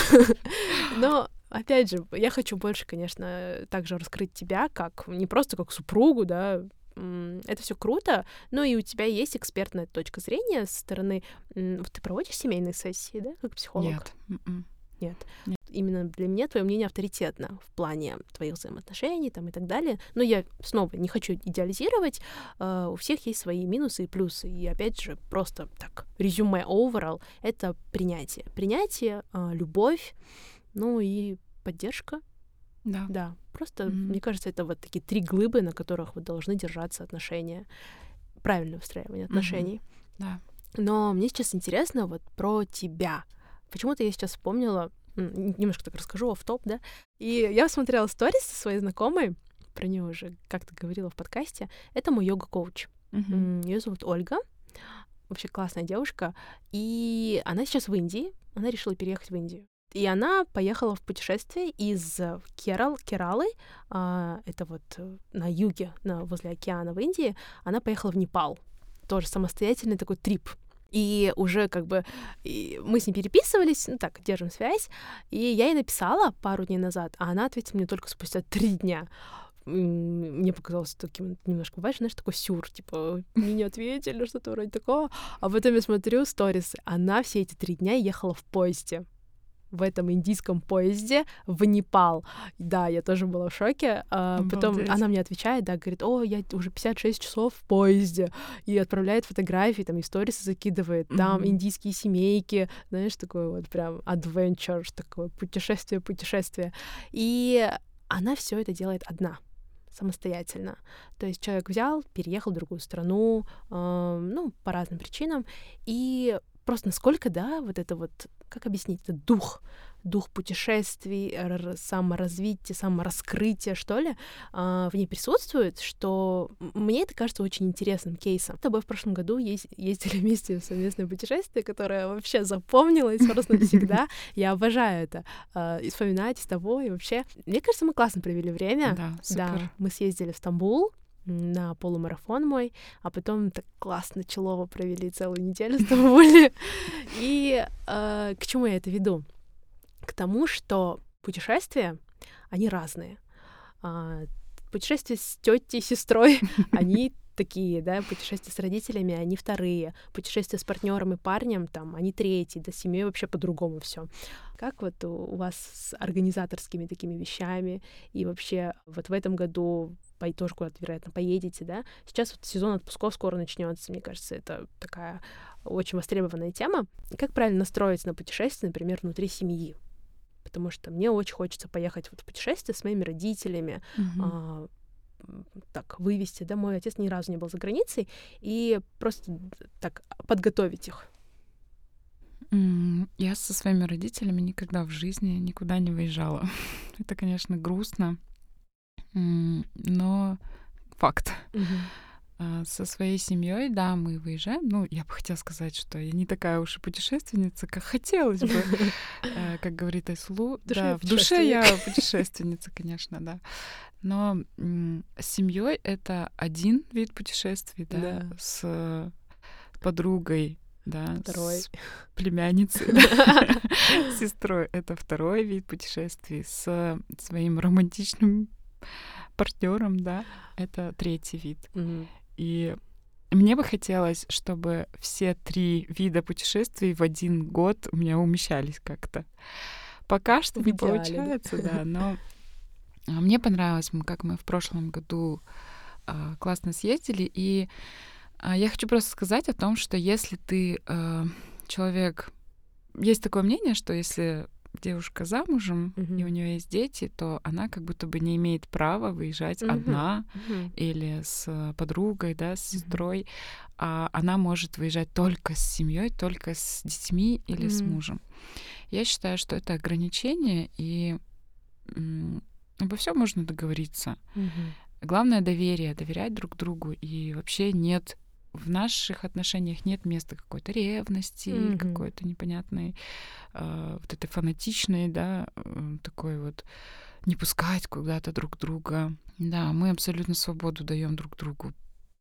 Но, опять же, я хочу больше, конечно, также раскрыть тебя как не просто как супругу, да. Это все круто, но и у тебя есть экспертная точка зрения со стороны. Ты проводишь семейные сессии, да, как психолог? Нет. Нет. Нет. Именно для меня твое мнение авторитетно в плане твоих взаимоотношений там, и так далее. Но я снова не хочу идеализировать. Uh, у всех есть свои минусы и плюсы. И опять же, просто так, резюме overall — это принятие. Принятие, uh, любовь, ну и поддержка. Да. Да. Просто, mm-hmm. мне кажется, это вот такие три глыбы, на которых вот должны держаться отношения. Правильное выстраивание отношений. Mm-hmm. Да. Но мне сейчас интересно вот про тебя. Почему-то я сейчас вспомнила, немножко так расскажу, офф-топ, да, и я посмотрела сторис со своей знакомой, про нее уже как-то говорила в подкасте, это мой йога-коуч. Uh-huh. Ее зовут Ольга, вообще классная девушка, и она сейчас в Индии, она решила переехать в Индию. И она поехала в путешествие из Керал, Кералы, а, это вот на юге, на, возле океана в Индии, она поехала в Непал, тоже самостоятельный такой трип. И уже как бы и мы с ней переписывались, ну так, держим связь, и я ей написала пару дней назад, а она ответила мне только спустя три дня. Мне показалось таким немножко, бываешь, знаешь, такой сюр, типа, мне не ответили, что-то вроде такого. А потом я смотрю сторис, она все эти три дня ехала в поезде. В этом индийском поезде в Непал. Да, я тоже была в шоке. А потом она мне отвечает, да, говорит, о, я уже пятьдесят шесть часов в поезде. И отправляет фотографии, там, и сторисы закидывает. Там mm-hmm. индийские семейки, знаешь, такое вот прям adventure, такое путешествие-путешествие. И она все это делает одна, самостоятельно. То есть человек взял, переехал в другую страну, э, ну, по разным причинам, и просто насколько, да, вот это вот, как объяснить, это дух, дух путешествий, саморазвития, самораскрытия, что ли, в ней присутствует, что мне это кажется очень интересным кейсом. Мы с тобой в прошлом году ездили вместе в совместное путешествие, которое вообще запомнилось просто навсегда. Я обожаю это, и вспоминать из того, и вообще. Мне кажется, мы классно провели время. Да, супер. Да, мы съездили в Стамбул на полумарафон мой, а потом так классно Челово провели целую неделю в Стамбуле. И э, к чему я это веду? К тому, что путешествия, они разные. А, путешествия с тетей, сестрой, они такие, да, путешествия с родителями, они вторые, путешествия с партнером и парнем, там, они третьи, да, с семьей вообще по-другому все. Как вот у, у вас с организаторскими такими вещами, и вообще вот в этом году по тоже куда-то, вероятно, поедете, да? Сейчас вот сезон отпусков скоро начнется, мне кажется, это такая очень востребованная тема. Как правильно настроиться на путешествие, например, внутри семьи? Потому что мне очень хочется поехать вот в путешествие с моими родителями, mm-hmm. а, так, вывести, да, мой отец ни разу не был за границей, и просто так подготовить их. Mm, я со своими родителями никогда в жизни никуда не выезжала. Это, конечно, грустно, mm, но факт. Mm-hmm. Со своей семьей, да, мы выезжаем. Ну, я бы хотела сказать, что я не такая уж и путешественница, как хотелось бы, как говорит Айсулу. Да, в душе я путешественница, конечно, да. Но с семьей это один вид путешествий, да, с подругой, да, с племянницей, с сестрой это второй вид путешествий, с своим романтичным партнером, да, это третий вид. И мне бы хотелось, чтобы все три вида путешествий в один год у меня умещались как-то. Пока что не получается, да, но мне понравилось, как мы в прошлом году а, классно съездили, и а, я хочу просто сказать о том, что если ты а, человек... Есть такое мнение, что если девушка замужем, uh-huh. и у нее есть дети, то она как будто бы не имеет права выезжать uh-huh. одна uh-huh. или с подругой, да, с сестрой, uh-huh. а она может выезжать только с семьей, только с детьми или uh-huh. с мужем. Я считаю, что это ограничение, и м- обо всем можно договориться. Uh-huh. Главное — доверие, доверять друг другу, и вообще нет... В наших отношениях нет места какой-то ревности, mm-hmm. какой-то непонятной, э, вот этой фанатичной, да, э, такой вот не пускать куда-то друг друга. Да, мы абсолютно свободу даем друг другу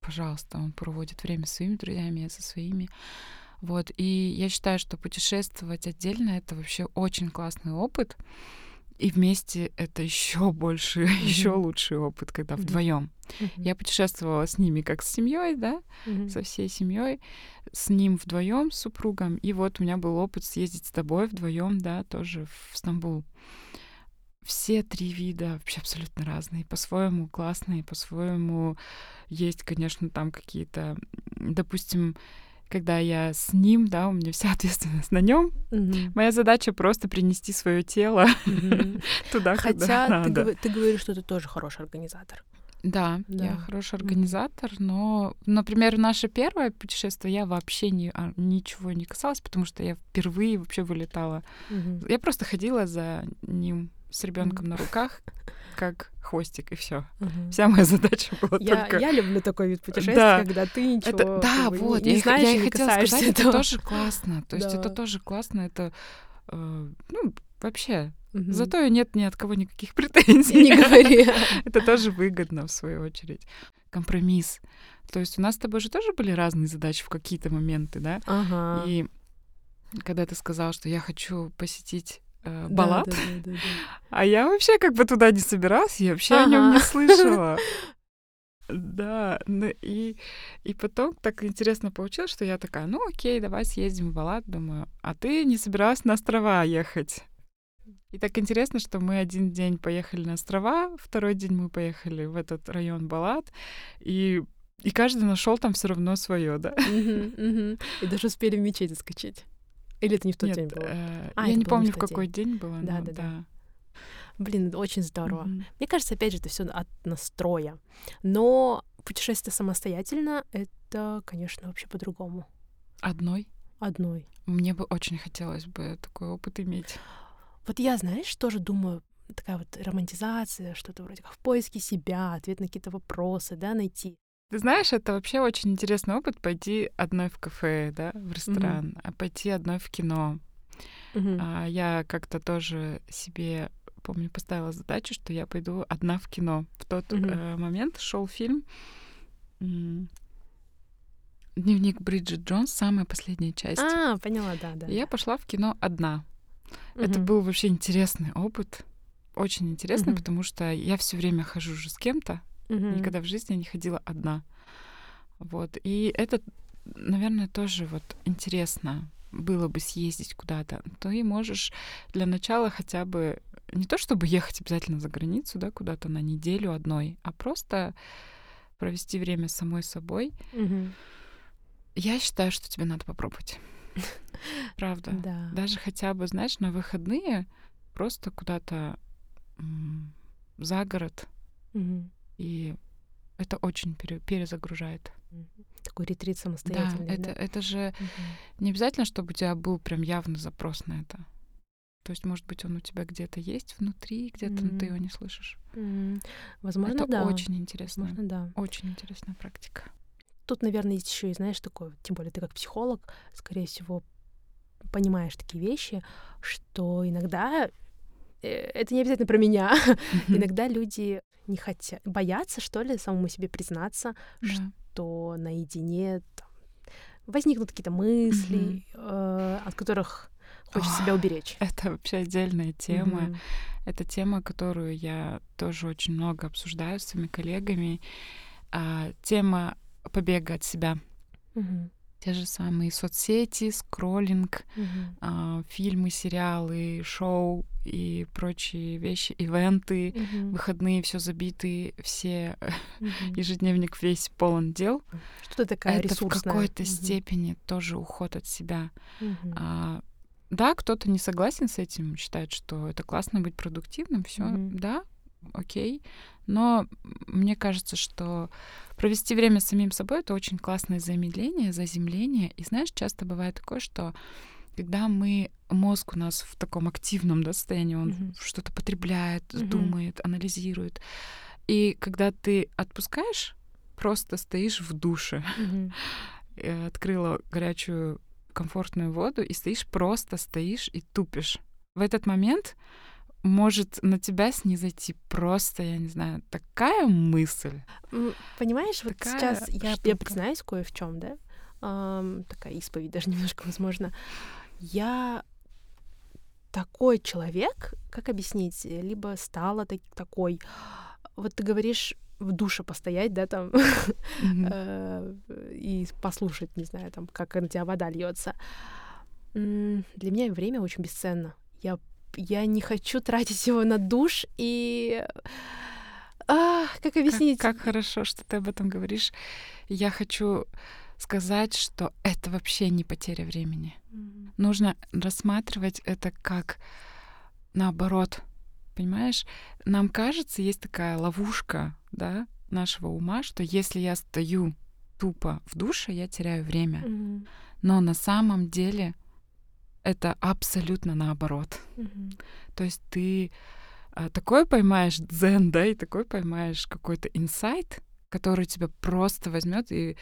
пожалуйста, он проводит время со своими друзьями, я со своими. Вот. И я считаю, что путешествовать отдельно — это вообще очень классный опыт. И вместе это еще больше, mm-hmm. еще лучший опыт, когда mm-hmm. вдвоем. Mm-hmm. Я путешествовала с ними как с семьей, да, mm-hmm. со всей семьей, с ним вдвоем, с супругом. И вот у меня был опыт съездить с тобой вдвоем, да, тоже в Стамбул. Все три вида вообще абсолютно разные, по-своему классные, по-своему есть, конечно, там какие-то, допустим, когда я с ним, да, у меня вся ответственность на нем. Mm-hmm. Моя задача просто принести свое тело mm-hmm. туда, Хотя куда надо. Хотя ты, ты говоришь, что ты тоже хороший организатор. Да, да. Я хороший организатор, mm-hmm. но, например, наше первое путешествие я вообще не, ничего не касалась, потому что я впервые вообще вылетала. Mm-hmm. Я просто ходила за ним с ребенком mm-hmm. на руках, как хвостик, и все. Uh-huh. Вся моя задача была я, только... Я люблю такой вид путешествий, да. когда ты ничего это, да, как вот, не, не я, знаешь, я и не хотела касаешься сказать, этого. Это тоже классно. То есть да. это тоже классно, это... Э, ну, вообще... Uh-huh. Зато нет ни от кого никаких претензий. Не говори. Это тоже выгодно, в свою очередь. Компромисс. То есть у нас с тобой же тоже были разные задачи в какие-то моменты, да? Ага. И когда ты сказал, что я хочу посетить Балат, да, да, да, да, да. а я вообще как бы туда не собиралась, я вообще ага. о нем не слышала. Да, ну и, и потом так интересно получилось, что я такая, ну окей, давай съездим в Балат, думаю, а ты не собиралась на острова ехать? И так интересно, что мы один день поехали на острова, второй день мы поехали в этот район Балат, и, и каждый нашел там все равно свое, да? И даже успели в мечети скачать. Или это не в тот Нет, день было? Э, а, я не помню, не в какой день, день было. Да, но, да, да, да. Блин, это очень здорово. Mm-hmm. Мне кажется, опять же, это все от настроя. Но путешествие самостоятельно — это, конечно, вообще по-другому. Одной? Одной. Мне бы очень хотелось бы такой опыт иметь. Вот я, знаешь, тоже думаю, такая вот романтизация, что-то вроде как в поиске себя, ответ на какие-то вопросы, да, найти. Ты знаешь, это вообще очень интересный опыт — пойти одной в кафе, да, в ресторан, mm-hmm. а пойти одной в кино. Mm-hmm. А я как-то тоже себе, помню, поставила задачу, что я пойду одна в кино. В тот mm-hmm. э, момент шел фильм м- «Дневник Бриджит Джонс», самая последняя часть. А, поняла, да, да. И я пошла в кино одна. Mm-hmm. Это был вообще интересный опыт, очень интересный, mm-hmm. потому что я все время хожу же с кем-то. Mm-hmm. Никогда в жизни не ходила одна. Вот. И это, наверное, тоже вот интересно было бы съездить куда-то. Ты можешь для начала хотя бы не то чтобы ехать обязательно за границу, да, куда-то на неделю одной, а просто провести время с самой собой. Mm-hmm. Я считаю, что тебе надо попробовать. Правда. Да. Даже хотя бы, знаешь, на выходные просто куда-то м- за город. Mm-hmm. И это очень пере- перезагружает. Такой ретрит самостоятельный. Да, это, да? это же угу. не обязательно, чтобы у тебя был прям явный запрос на это. То есть, может быть, он у тебя где-то есть внутри, где-то, mm-hmm. но ты его не слышишь. Mm-hmm. Возможно, это да. очень интересно. Возможно, да. Очень интересная практика. Тут, наверное, есть еще и, знаешь, такое, тем более ты как психолог, скорее всего, понимаешь такие вещи, что иногда это не обязательно про меня. Mm-hmm. Иногда люди не хотят, боятся, что ли, самому себе признаться, да. что наедине там, возникнут какие-то мысли, mm-hmm. э, от которых хочется себя уберечь. Это вообще отдельная тема. Mm-hmm. Это тема, которую я тоже очень много обсуждаю с своими коллегами. А, тема побега от себя. Mm-hmm. Те же самые соцсети, скроллинг, mm-hmm. а, фильмы, сериалы, шоу и прочие вещи, ивенты, mm-hmm. выходные все забиты, все mm-hmm. ежедневник весь полон дел. Что-то такая это ресурсная. в какой-то mm-hmm. степени тоже уход от себя. Mm-hmm. А, да, кто-то не согласен с этим, считает, что это классно быть продуктивным, все, mm-hmm. да, окей. Но мне кажется, что провести время с самим собой — это очень классное замедление, заземление. И знаешь, часто бывает такое, что когда мы, мозг у нас в таком активном, да, состоянии, он mm-hmm. что-то потребляет, mm-hmm. думает, анализирует. И когда ты отпускаешь, просто стоишь в душе, mm-hmm. открыла горячую комфортную воду и стоишь, просто стоишь и тупишь. В этот момент может на тебя снизойти просто, я не знаю, такая мысль. Понимаешь, вот сейчас я, я признаюсь кое в чем, да? Эм, такая исповедь даже немножко, возможно. Я такой человек, как объяснить, либо стала так, такой. Вот ты говоришь, в душе постоять, да, там, и послушать, не знаю, там, как на тебя вода льется. Для меня время очень бесценно. Я, я не хочу тратить его на душ и... А, как объяснить? Как, как хорошо, что ты об этом говоришь. Я хочу сказать, что это вообще не потеря времени. Mm-hmm. Нужно рассматривать это как наоборот. Понимаешь? Нам кажется, есть такая ловушка, да, нашего ума, что если я стою тупо в душе, я теряю время. Mm-hmm. Но на самом деле это абсолютно наоборот. Mm-hmm. То есть ты а, такой поймаешь дзен, да, и такой поймаешь какой-то инсайт, который тебя просто возьмет и,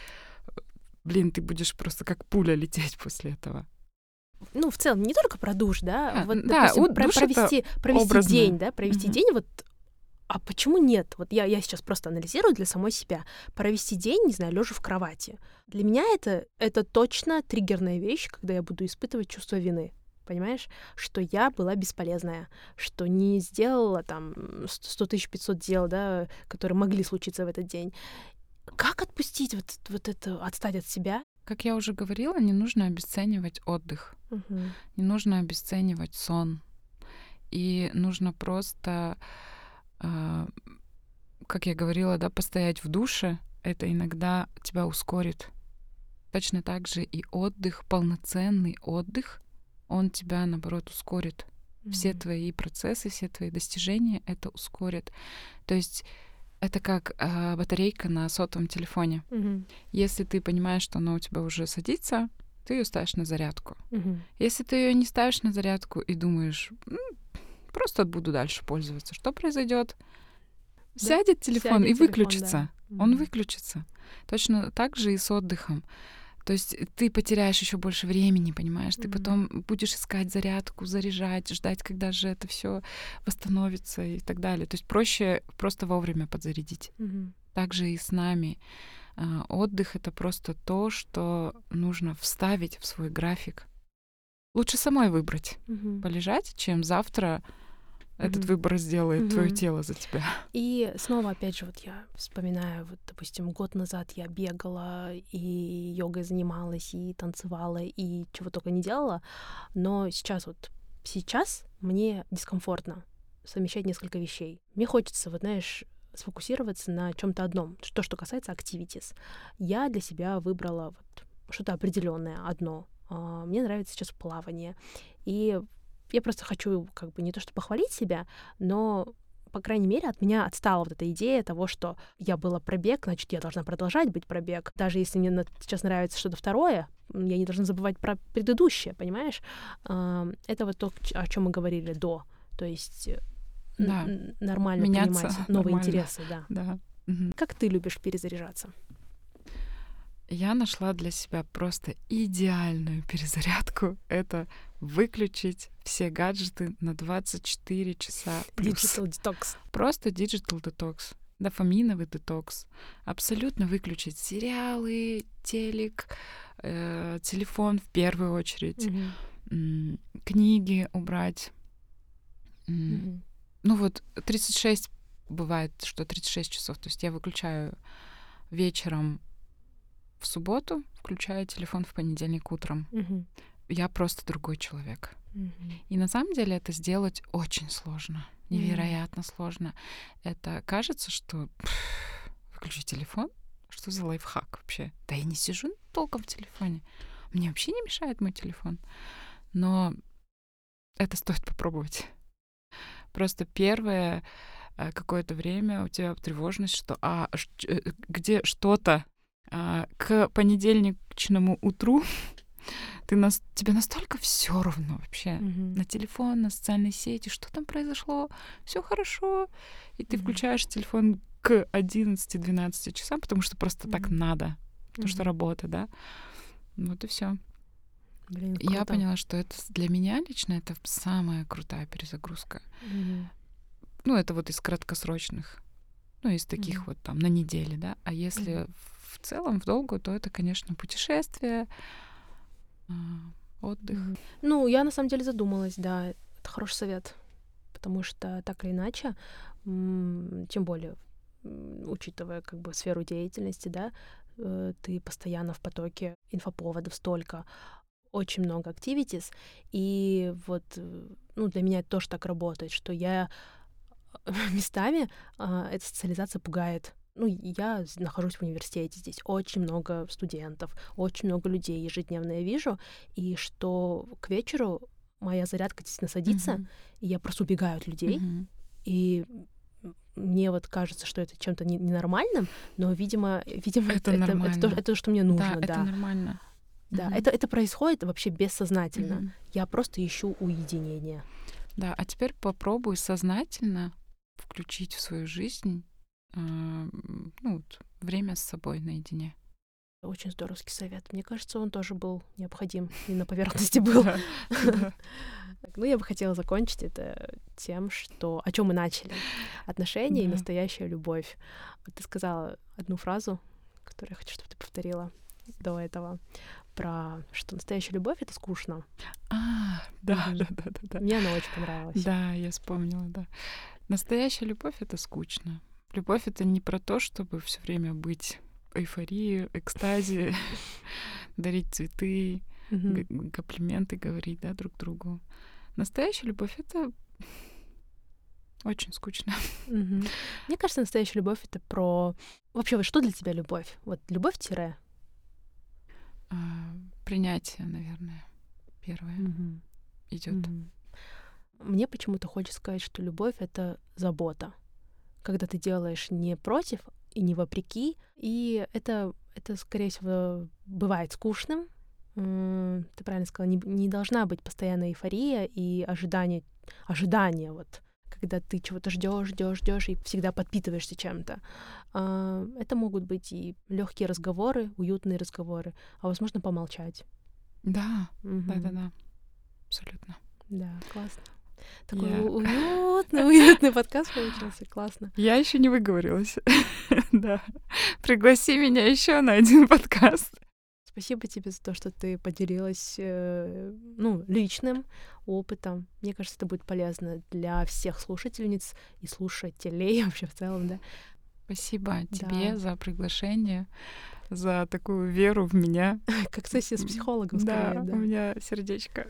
блин, ты будешь просто как пуля лететь после этого. Ну, в целом, не только про душ, да, а, вот, да, допустим, про, провести, провести день, да, провести mm-hmm. день, вот, а почему нет? Вот я, я сейчас просто анализирую для самой себя. Провести день, не знаю, лежа в кровати. Для меня это, это точно триггерная вещь, когда я буду испытывать чувство вины. Понимаешь? Что я была бесполезная, что не сделала там сто тысяч пятьсот дел, да, которые могли случиться в этот день. Как отпустить вот, вот это, отстать от себя? Как я уже говорила, не нужно обесценивать отдых, uh-huh. не нужно обесценивать сон. И нужно просто, э, как я говорила, да, постоять в душе, это иногда тебя ускорит. Точно так же и отдых, полноценный отдых, он тебя, наоборот, ускорит. Uh-huh. Все твои процессы, все твои достижения это ускорит. То есть это как э, батарейка на сотовом телефоне. Uh-huh. Если ты понимаешь, что она у тебя уже садится, ты ее ставишь на зарядку. Uh-huh. Если ты ее не ставишь на зарядку и думаешь, ну, просто буду дальше пользоваться, что произойдет? Да. Сядет телефон Сядет и телефон, выключится. Да. Он uh-huh. выключится. Точно так же и с отдыхом. То есть ты потеряешь еще больше времени, понимаешь? Mm-hmm. Ты потом будешь искать зарядку, заряжать, ждать, когда же это все восстановится и так далее. То есть проще просто вовремя подзарядить. Mm-hmm. Так же и с нами. Отдых — это просто то, что нужно вставить в свой график. Лучше самой выбрать, mm-hmm. полежать, чем завтра этот mm-hmm. выбор сделает mm-hmm. твое тело за тебя. И снова, опять же, вот я вспоминаю, вот, допустим, год назад я бегала и йогой занималась, и танцевала, и чего только не делала, но сейчас вот, сейчас мне дискомфортно совмещать несколько вещей. Мне хочется, вот, знаешь, сфокусироваться на чем-то одном, то, что касается activities. Я для себя выбрала вот что-то определенное одно. Мне нравится сейчас плавание. И я просто хочу как бы не то что похвалить себя, но, по крайней мере, от меня отстала вот эта идея того, что я была пробег, значит, я должна продолжать быть пробег. Даже если мне сейчас нравится что-то второе, я не должна забывать про предыдущее, понимаешь? Это вот то, о чем мы говорили до. То есть да. н- нормально Меняться принимать новые нормально. интересы. Да. Да. Как ты любишь перезаряжаться? Я нашла для себя просто идеальную перезарядку. Это выключить все гаджеты на двадцать четыре часа плюс. Digital detox. Просто digital detox. Дофаминовый детокс. Абсолютно выключить сериалы, телек, э, телефон в первую очередь, mm-hmm. м- книги убрать. М- mm-hmm. Ну вот тридцать шесть бывает, что тридцать шесть часов. То есть я выключаю вечером в субботу, включаю телефон в понедельник утром. Mm-hmm. Я просто другой человек. Mm-hmm. И на самом деле это сделать очень сложно. Невероятно mm-hmm. сложно. Это кажется, что пфф, выключи телефон. Что за лайфхак вообще? Да я не сижу толком в телефоне. Мне вообще не мешает мой телефон. Но это стоит попробовать. Просто первое какое-то время у тебя тревожность, что а, где что-то а, к понедельничному утру ты нас, тебе настолько все равно вообще. Mm-hmm. На телефон, на социальные сети, что там произошло, все хорошо. И ты mm-hmm. включаешь телефон к одиннадцати-двенадцати часам, потому что просто mm-hmm. так надо. Потому mm-hmm. что работа, да. Вот и все. Блин, Я круто. поняла, что это для меня лично это самая крутая перезагрузка. Мгм. Ну, это вот из краткосрочных, ну, из таких Мгм. вот там на неделе, да. А если Мгм. в целом, в долгую, то это, конечно, путешествие, а, отдых. Мгм. Ну, я на самом деле задумалась, да, это хороший совет, потому что так или иначе, м, тем более, м, учитывая как бы сферу деятельности, да, э, ты постоянно в потоке инфоповодов столько, очень много activities, и вот, э, ну, для меня это тоже так работает, что я местами а, эта социализация пугает. Ну, я з- нахожусь в университете, здесь очень много студентов, очень много людей ежедневно я вижу, и что к вечеру моя зарядка действительно садится, Мгм. и я просто убегаю от людей, Мгм. и м, мне вот кажется, что это чем-то не- ненормальным, но, видимо, видимо, Это это, это, это, то, нормально. это то, что мне Да, нужно, это да. нормально. Да, Мгм. это, это происходит вообще бессознательно. Мгм. Я просто ищу уединение. Да, а теперь попробуй сознательно включить в свою жизнь а, м, ну, вот, время с собой наедине. Очень здоровский совет. Мне кажется, он тоже был необходим и на поверхности был. Да, да. Так, ну, я бы хотела закончить это тем, что о чем мы начали. Отношения и Да. настоящая любовь. Вот ты сказала одну фразу, которую я хочу, чтобы ты повторила до этого, про что настоящая любовь — это скучно. А, да, Мгм. да, да, да, да. Мне она очень понравилась. Да, я вспомнила, да. Настоящая любовь — это скучно. Любовь — это не про то, чтобы все время быть в эйфории, экстазе, дарить цветы, Мгм. г- комплименты говорить, да, друг другу. Настоящая любовь — это очень скучно. Мгм. Мне кажется, настоящая любовь — это про... Вообще, вот что для тебя любовь? Вот любовь-тире. А, Принятие, наверное, первое Мгм. идет. Мгм. Мне почему-то хочется сказать, что любовь — это забота. Когда ты делаешь не против и не вопреки, и это, это скорее всего, бывает скучным. М, Ты правильно сказала, не, не должна быть постоянная эйфория и ожидание, ожидание вот, когда ты чего-то ждешь, ждешь, ждешь и всегда подпитываешься чем-то. А, Это могут быть и легкие разговоры, уютные разговоры, а возможно помолчать. Да, да, да, Мгм. да, абсолютно. Да, классно. Такой Я, у- уютный, уютный подкаст получился, классно. я еще не выговорилась. Да. Пригласи меня еще на один подкаст. Спасибо тебе за то, что ты поделилась, э, ну, личным опытом. Мне кажется, это будет полезно для всех слушательниц и слушателей вообще в целом, да. Спасибо Да. тебе за приглашение, за такую веру в меня. Как сессия с М, психологом Да, скорее, у да. меня сердечко.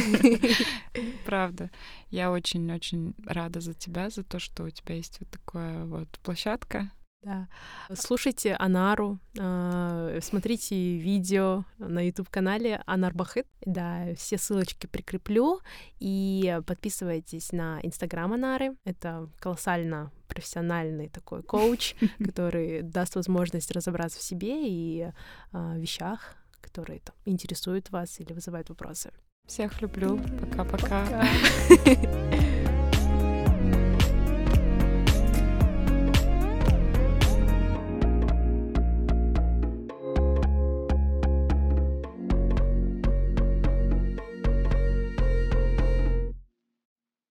Правда. Я очень-очень рада за тебя, за то, что у тебя есть вот такая вот площадка. Да. Слушайте Анару, а, смотрите видео на YouTube-канале Анар Бахыт. Да, все ссылочки прикреплю. И подписывайтесь на Инстаграм Анары. Это колоссально профессиональный такой коуч, который даст возможность разобраться в себе и а, вещах, которые там интересуют вас или вызывают вопросы. Всех люблю. Пока-пока. Пока.